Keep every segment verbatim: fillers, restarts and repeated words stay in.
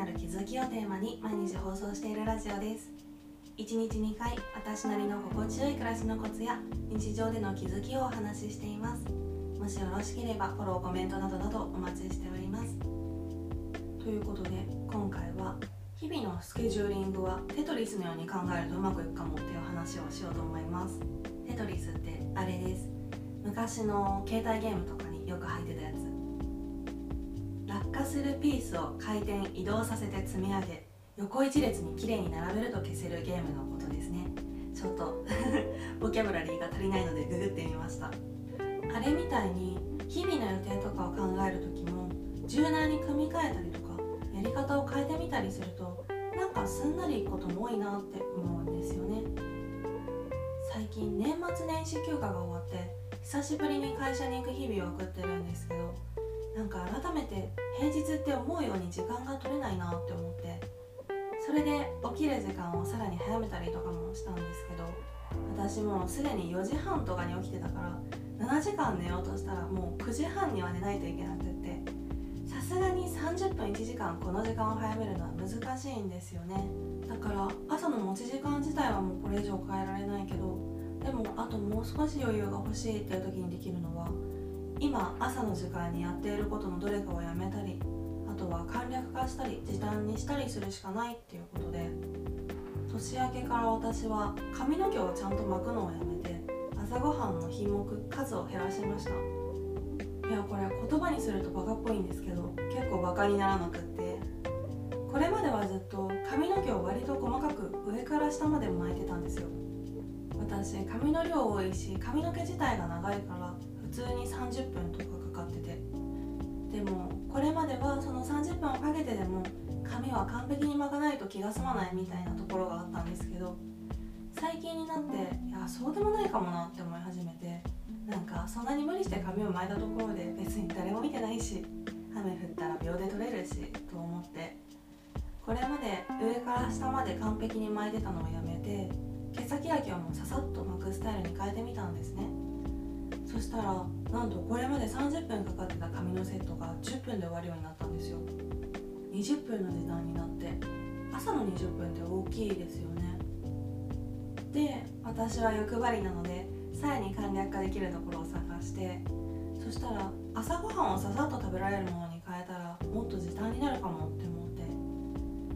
なる気づきをテーマに毎日放送しているラジオです。いちにちにかい、私なりの心地よい暮らしのコツや日常での気づきをお話ししています。もしよろしければフォロー、コメントなどなどお待ちしております。ということで、今回は日々のスケジューリングはテトリスのように考えるとうまくいくかもっていう話をしようと思います。テトリスってあれです。昔の携帯ゲームとかによく入ってたやつ。落下するピースを回転移動させて積み上げ、横一列にきれいに並べると消せるゲームのことですね。ちょっとボキャブラリーが足りないのでググってみました。あれみたいに日々の予定とかを考える時も柔軟に組み替えたりとかやり方を変えてみたりすると、なんかすんなりいくことも多いなって思うんですよね。最近年末年始休暇が終わって久しぶりに会社に行く日々を送ってるんですけど、なんか改めて平日って思うように時間が取れないなって思って、それで起きる時間をさらに早めたりとかもしたんですけど、私もうすでによじはんとかに起きてたからななじかん寝ようとしたらもうくじはんには寝ないといけなくって、さすがにさんじゅっぷんいちじかんこの時間を早めるのは難しいんですよね。だから朝の持ち時間自体はもうこれ以上変えられないけど、でもあともう少し余裕が欲しいっていう時にできるのは、今朝の時間にやっていることのどれかをやめたり、あとは簡略化したり時短にしたりするしかないっていうことで、年明けから私は髪の毛をちゃんと巻くのをやめて朝ごはんの品目数を減らしました。いやこれ言葉にするとバカっぽいんですけど、結構バカにならなくって、これまではずっと髪の毛を割と細かく上から下まで巻いてたんですよ。私髪の量多いし髪の毛自体が長いから普通にさんじゅっぷんとかかかってて、でもこれまではそのさんじゅっぷんをかけてでも髪は完璧に巻かないと気が済まないみたいなところがあったんですけど、最近になっていやそうでもないかもなって思い始めて、なんかそんなに無理して髪を巻いたところで別に誰も見てないし、雨降ったら秒で取れるしと思って、これまで上から下まで完璧に巻いてたのをやめて、毛先だけをもうささっと巻くスタイルに変えてみたんですね。そしたらなんとこれまでさんじゅっぷんかかってた髪のセットがじゅっぷんで終わるようになったんですよ。にじゅっぷんの時短になって、朝のにじゅっぷんって大きいですよね。で、私は欲張りなのでさらに簡略化できるところを探して、そしたら朝ごはんをささっと食べられるものに変えたらもっと時短になるかもって思って、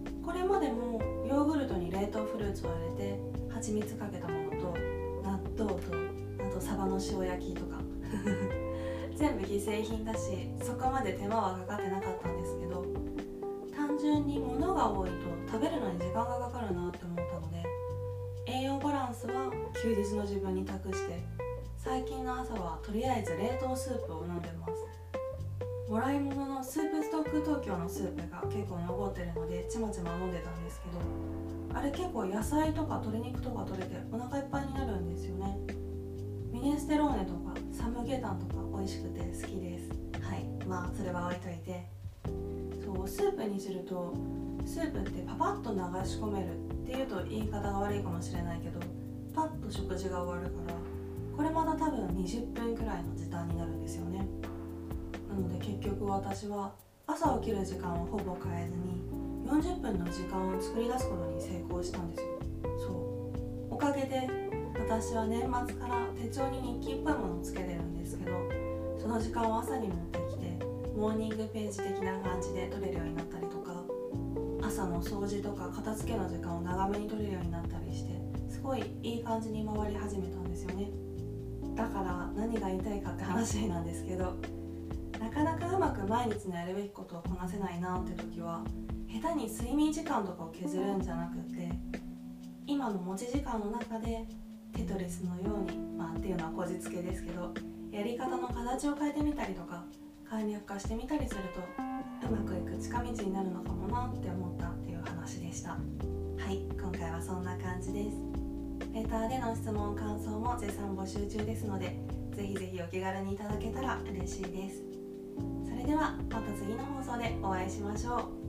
これまでもヨーグルトに冷凍フルーツを入れて蜂蜜かけたものと納豆とあとサバの塩焼きとか全部既製品だし、そこまで手間はかかってなかったんですけど、単純に物が多いと食べるのに時間がかかるなって思ったので、栄養バランスは休日の自分に託して、最近の朝はとりあえず冷凍スープを飲んでます。もらい物のスープストック東京のスープが結構残ってるのでちまちま飲んでたんですけど、あれ結構野菜とか鶏肉とか取れてお腹いっぱいになるんですよね。ミネステローネとかサムゲタンとか美味しくて好きです。はい、まあそれは置いといて、そうスープにするとスープってパパッと流し込めるっていうと言い方が悪いかもしれないけど、パッと食事が終わるから、これまた多分にじゅっぷんくらいの時短になるんですよね。なので結局私は朝起きる時間をほぼ変えずによんじゅっぷんの時間を作り出すことに成功したんですよ。そうおかげで私は年末から手帳に日記っぽいものをつけてるんですけど、その時間を朝に持ってきてモーニングページ的な感じで取れるようになったりとか、朝の掃除とか片付けの時間を長めに取れるようになったりして、すごいいい感じに回り始めたんですよね。だから何が言いたいかって話なんですけど、なかなかうまく毎日のやるべきことをこなせないなって時は、下手に睡眠時間とかを削るんじゃなくて、今の持ち時間の中でテトリスのように、まあっていうのはこじつけですけど、やり方の形を変えてみたりとか簡略化してみたりするとうまくいく近道になるのかもなって思ったっていう話でした。はい、今回はそんな感じです。レターでの質問感想も絶賛募集中ですので、ぜひぜひお気軽にいただけたら嬉しいです。それではまた次の放送でお会いしましょう。